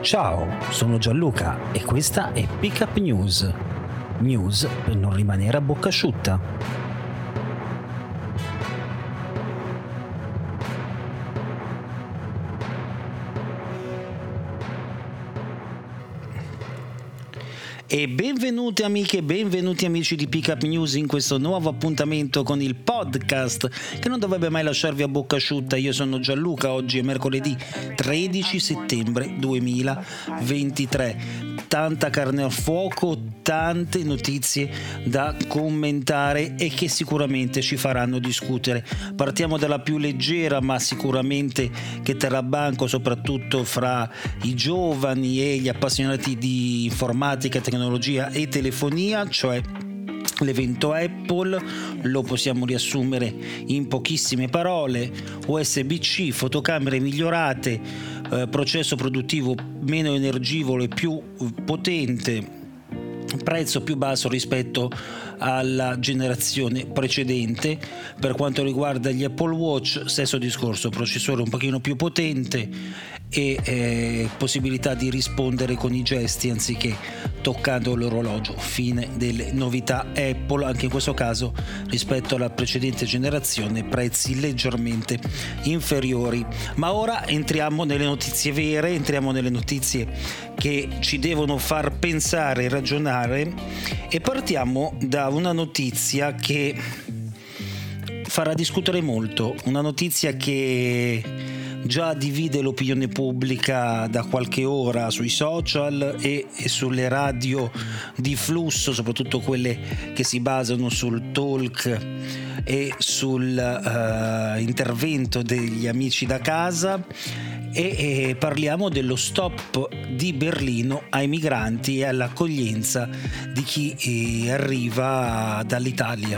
Ciao, sono Gianluca e questa è Pick Up News. News per non rimanere a bocca asciutta. E benvenute amiche e benvenuti amici di Pick Up News in questo nuovo appuntamento con il podcast che non dovrebbe mai lasciarvi a bocca asciutta. Io sono Gianluca, oggi è mercoledì 13 settembre 2023. Tanta carne al fuoco, tante notizie da commentare e che sicuramente ci faranno discutere. Partiamo dalla più leggera, ma sicuramente che terrà banco soprattutto fra i giovani e gli appassionati di informatica, tecnologia e telefonia, cioè l'evento Apple. Lo possiamo riassumere in pochissime parole: USB-C, fotocamere migliorate, processo produttivo meno energivoro e più potente, prezzo più basso rispetto alla generazione precedente. Per quanto riguarda gli Apple Watch, stesso discorso, processore un pochino più potente e possibilità di rispondere con i gesti anziché toccando l'orologio. Fine delle novità Apple, anche in questo caso rispetto alla precedente generazione prezzi leggermente inferiori. Ma ora entriamo nelle notizie vere, entriamo nelle notizie che ci devono far pensare e ragionare, e partiamo da una notizia che farà discutere molto, una notizia che già divide l'opinione pubblica da qualche ora sui social e sulle radio di flusso, soprattutto quelle che si basano sul talk e sul intervento degli amici da casa. E parliamo dello stop di Berlino ai migranti e all'accoglienza di chi arriva dall'Italia.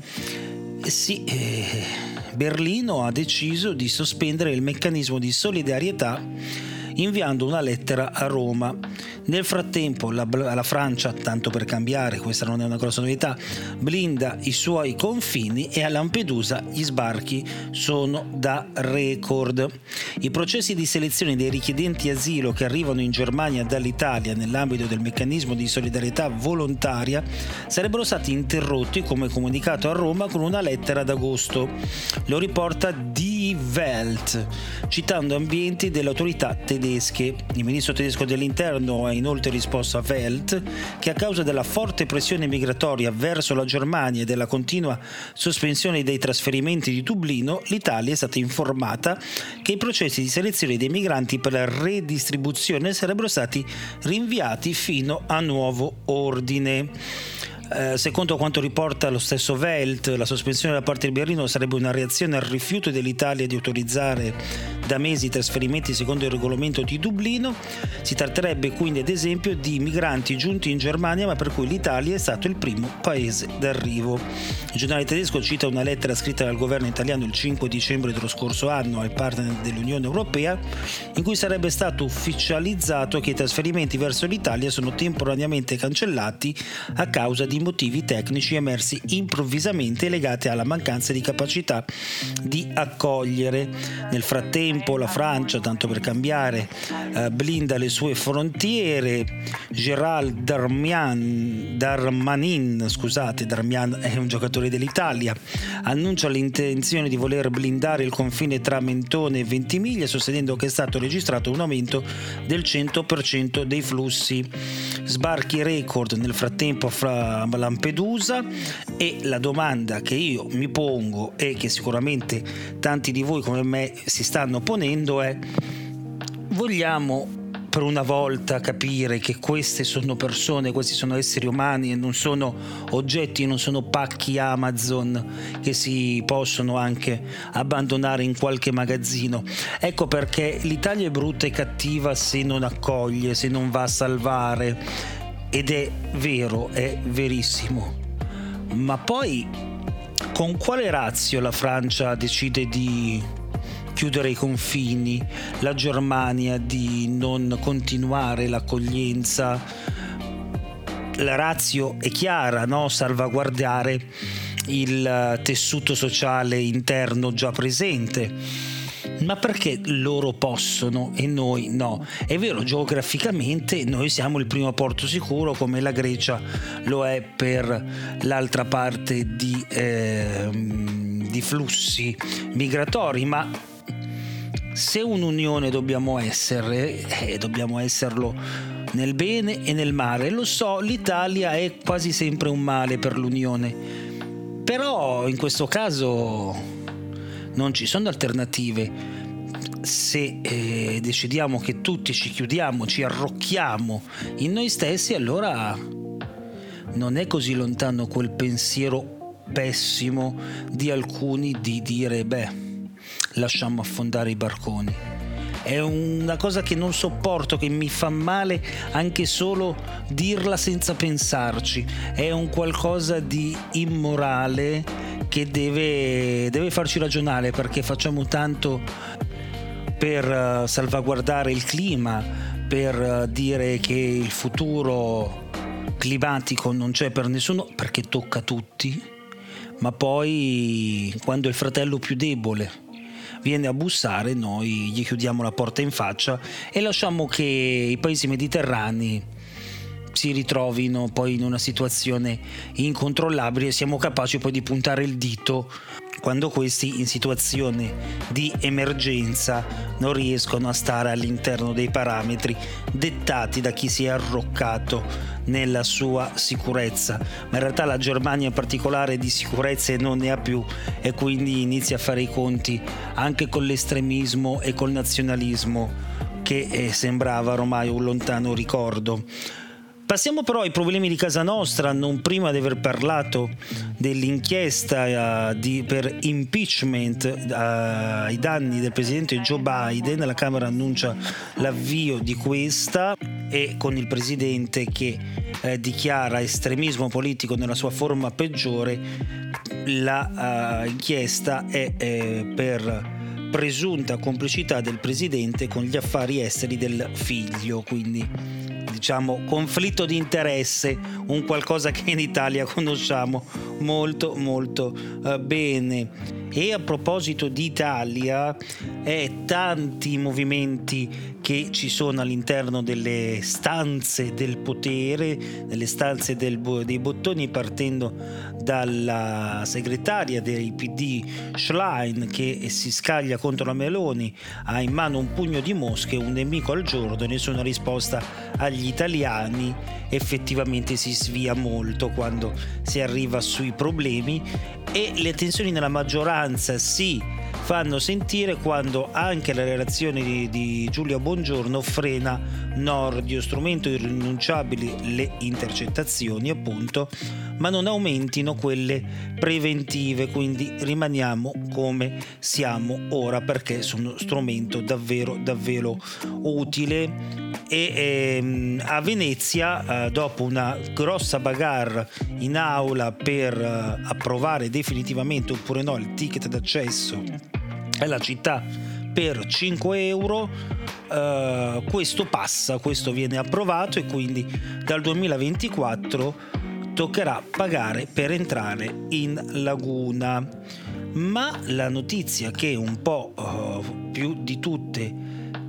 Berlino ha deciso di sospendere il meccanismo di solidarietà inviando una lettera a Roma. Nel frattempo la Francia, tanto per cambiare, questa non è una grossa novità, blinda i suoi confini e a Lampedusa gli sbarchi sono da record. I processi di selezione dei richiedenti asilo che arrivano in Germania dall'Italia nell'ambito del meccanismo di solidarietà volontaria sarebbero stati interrotti, come comunicato a Roma, con una lettera d'agosto. Lo riporta Die Welt, citando ambienti delle autorità tedesche. Il ministro tedesco dell'interno ha inoltre risposto a Welt che a causa della forte pressione migratoria verso la Germania e della continua sospensione dei trasferimenti di Dublino, l'Italia è stata informata che i processi di selezione dei migranti per la redistribuzione sarebbero stati rinviati fino a nuovo ordine. Secondo quanto riporta lo stesso Welt, la sospensione da parte di Berlino sarebbe una reazione al rifiuto dell'Italia di autorizzare da mesi i trasferimenti secondo il regolamento di Dublino. Si tratterebbe quindi ad esempio di migranti giunti in Germania, ma per cui l'Italia è stato il primo paese d'arrivo. Il giornale tedesco cita una lettera scritta dal governo italiano il 5 dicembre dello scorso anno ai partner dell'Unione Europea, in cui sarebbe stato ufficializzato che i trasferimenti verso l'Italia sono temporaneamente cancellati a causa di motivi tecnici emersi improvvisamente legati alla mancanza di capacità di accogliere. Nel frattempo la Francia, tanto per cambiare, blinda le sue frontiere. Gérald Darmanin è un giocatore dell'Italia, annuncia l'intenzione di voler blindare il confine tra Mentone e Ventimiglia, sostenendo che è stato registrato un aumento del 100% dei flussi. Sbarchi record nel frattempo fra Lampedusa, e la domanda che io mi pongo e che sicuramente tanti di voi come me si stanno ponendo è: vogliamo per una volta capire che queste sono persone, questi sono esseri umani e non sono oggetti, non sono pacchi Amazon che si possono anche abbandonare in qualche magazzino? Ecco perché l'Italia è brutta e cattiva se non accoglie, se non va a salvare. Ed è vero, è verissimo. Ma poi con quale ratio la Francia decide di chiudere i confini, la Germania di non continuare l'accoglienza? La ratio è chiara, no? Salvaguardare il tessuto sociale interno già presente. Ma perché loro possono e noi no? È vero, geograficamente noi siamo il primo porto sicuro, come la Grecia lo è per l'altra parte di flussi migratori, ma se un'unione dobbiamo esserlo nel bene e nel male. Lo so, l'Italia è quasi sempre un male per l'unione, però in questo caso non ci sono alternative. Se decidiamo che tutti ci chiudiamo, ci arrocchiamo in noi stessi, allora non è così lontano quel pensiero pessimo di alcuni di dire lasciamo affondare i barconi. È una cosa che non sopporto, che mi fa male anche solo dirla senza pensarci. È un qualcosa di immorale che deve farci ragionare, perché facciamo tanto per salvaguardare il clima, per dire che il futuro climatico non c'è per nessuno, perché tocca a tutti, ma poi quando il fratello più debole viene a bussare noi gli chiudiamo la porta in faccia e lasciamo che i paesi mediterranei si ritrovino poi in una situazione incontrollabile e siamo capaci poi di puntare il dito quando questi in situazione di emergenza non riescono a stare all'interno dei parametri dettati da chi si è arroccato nella sua sicurezza. Ma in realtà la Germania in particolare di sicurezze non ne ha più e quindi inizia a fare i conti anche con l'estremismo e col nazionalismo che sembrava ormai un lontano ricordo. Passiamo però ai problemi di casa nostra, non prima di aver parlato dell'inchiesta per impeachment ai danni del presidente Joe Biden. La Camera annuncia l'avvio di questa e con il presidente che dichiara estremismo politico nella sua forma peggiore. La inchiesta è per presunta complicità del presidente con gli affari esteri del figlio, quindi diciamo conflitto di interesse, un qualcosa che in Italia conosciamo molto bene. E a proposito di Italia, tanti movimenti che ci sono all'interno delle stanze del potere, nelle stanze dei bottoni, partendo dalla segretaria dei PD Schlein, che si scaglia contro la Meloni, ha in mano un pugno di mosche, un nemico al giorno, e nessuna risposta agli italiani. Effettivamente si svia molto quando si arriva sui problemi e le tensioni nella maggioranza si fanno sentire quando anche la relazione di Giulia Bongiorno frena Nordio, strumento irrinunciabile le intercettazioni appunto, ma non aumentino quelle preventive, quindi rimaniamo come siamo ora perché sono strumento davvero utile. E a Venezia, dopo una grossa bagarre in aula per approvare definitivamente oppure no il ticket d'accesso alla città per 5 euro, questo viene approvato e quindi dal 2024 toccherà pagare per entrare in laguna. Ma la notizia che un po' più di tutte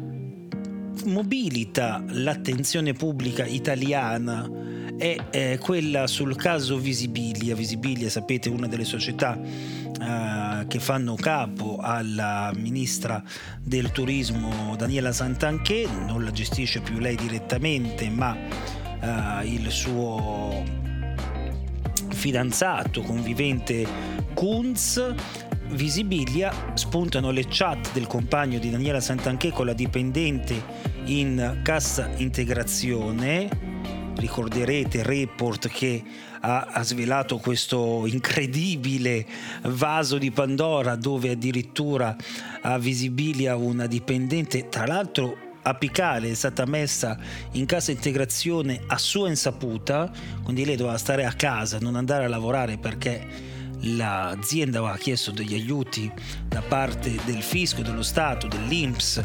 mobilita l'attenzione pubblica italiana è quella sul caso Visibilia. Visibilia, sapete, una delle società che fanno capo alla ministra del turismo Daniela Santanchè. Non la gestisce più lei direttamente, ma il suo fidanzato, convivente Kunz. Visibilia, spuntano le chat del compagno di Daniela Santanchè con la dipendente in cassa integrazione. Ricorderete Report che ha svelato questo incredibile vaso di Pandora dove addirittura a Visibilia una dipendente, tra l'altro apicale, è stata messa in cassa integrazione a sua insaputa, quindi lei doveva stare a casa, non andare a lavorare perché l'azienda aveva chiesto degli aiuti da parte del fisco, dello Stato, dell'INPS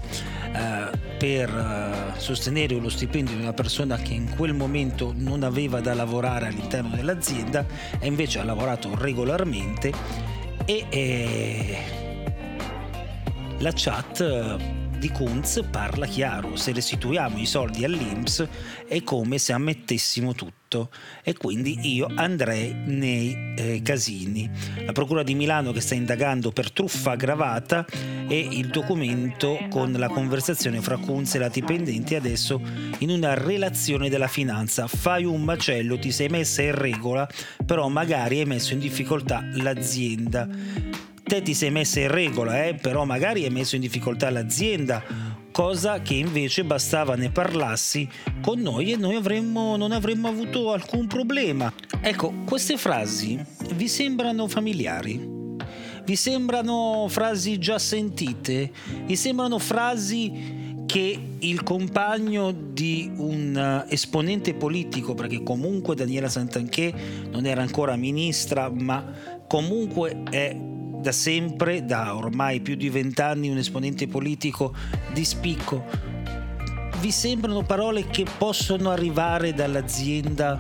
per sostenere lo stipendio di una persona che in quel momento non aveva da lavorare all'interno dell'azienda e invece ha lavorato regolarmente. E la chat di Kunz parla chiaro: se restituiamo i soldi all'INPS è come se ammettessimo tutto, e quindi io andrei nei casini. La Procura di Milano che sta indagando per truffa aggravata, e il documento con la conversazione fra Kunz e la dipendente adesso in una relazione della finanza. Fai un macello, ti sei messa in regola, però magari hai messo in difficoltà l'azienda. Te ti sei messa in regola, però magari hai messo in difficoltà l'azienda, cosa che invece bastava ne parlassi con noi e noi non avremmo avuto alcun problema. Ecco, queste frasi vi sembrano familiari? Vi sembrano frasi già sentite? Vi sembrano frasi che il compagno di un esponente politico, perché comunque Daniela Santanchè non era ancora ministra, ma comunque è da sempre, da ormai più di 20 anni, un esponente politico di spicco, vi sembrano parole che possono arrivare dall'azienda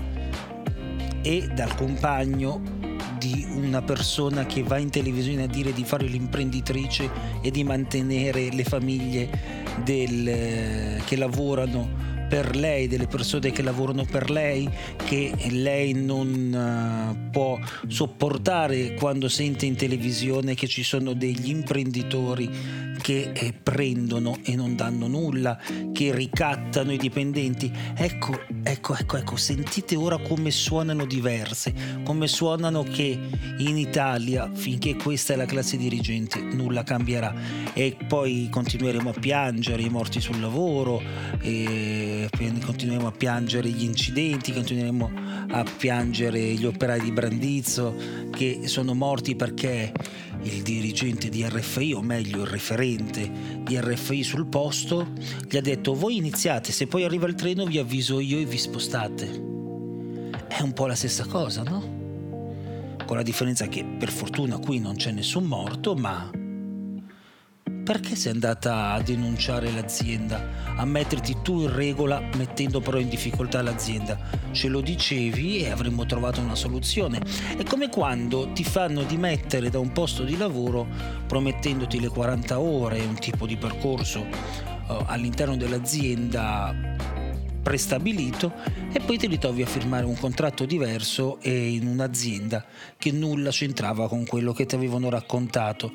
e dal compagno di una persona che va in televisione a dire di fare l'imprenditrice e di mantenere le famiglie che lavorano per lei, delle persone che lavorano per lei, che lei non può sopportare quando sente in televisione che ci sono degli imprenditori che prendono e non danno nulla, che ricattano i dipendenti. Ecco, sentite ora come suonano diverse, come suonano che in Italia, finché questa è la classe dirigente, nulla cambierà, e poi continueremo a piangere i morti sul lavoro, e continueremo a piangere gli incidenti, continueremo a piangere gli operai di Brandizzo che sono morti perché il dirigente di RFI, o meglio il referente di RFI sul posto, gli ha detto: voi iniziate, se poi arriva il treno vi avviso io e vi spostate. È un po' la stessa cosa, no? Con la differenza che per fortuna qui non c'è nessun morto, ma perché sei andata a denunciare l'azienda, a metterti tu in regola mettendo però in difficoltà l'azienda? Ce lo dicevi e avremmo trovato una soluzione. È come quando ti fanno dimettere da un posto di lavoro promettendoti le 40 ore, un tipo di percorso all'interno dell'azienda prestabilito, e poi ti ritrovi a firmare un contratto diverso e in un'azienda che nulla c'entrava con quello che ti avevano raccontato.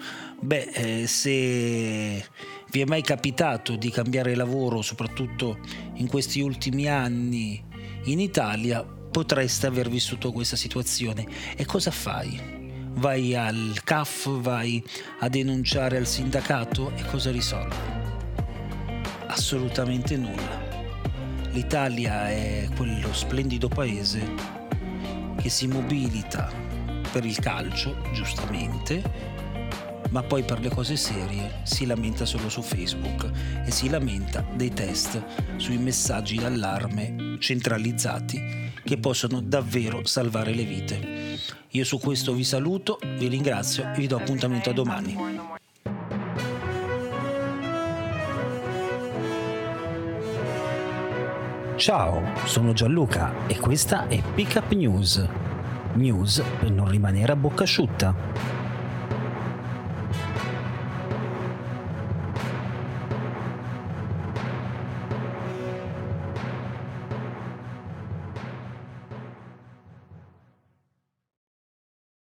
Se vi è mai capitato di cambiare lavoro, soprattutto in questi ultimi anni in Italia, potreste aver vissuto questa situazione. E cosa fai? Vai al CAF, vai a denunciare al sindacato, e cosa risolvi? Assolutamente nulla. L'Italia è quello splendido paese che si mobilita per il calcio, giustamente, ma poi per le cose serie si lamenta solo su Facebook e si lamenta dei test sui messaggi d'allarme centralizzati che possono davvero salvare le vite. Io su questo vi saluto, vi ringrazio e vi do appuntamento a domani. Ciao, sono Gianluca e questa è Pick Up News. News per non rimanere a bocca asciutta.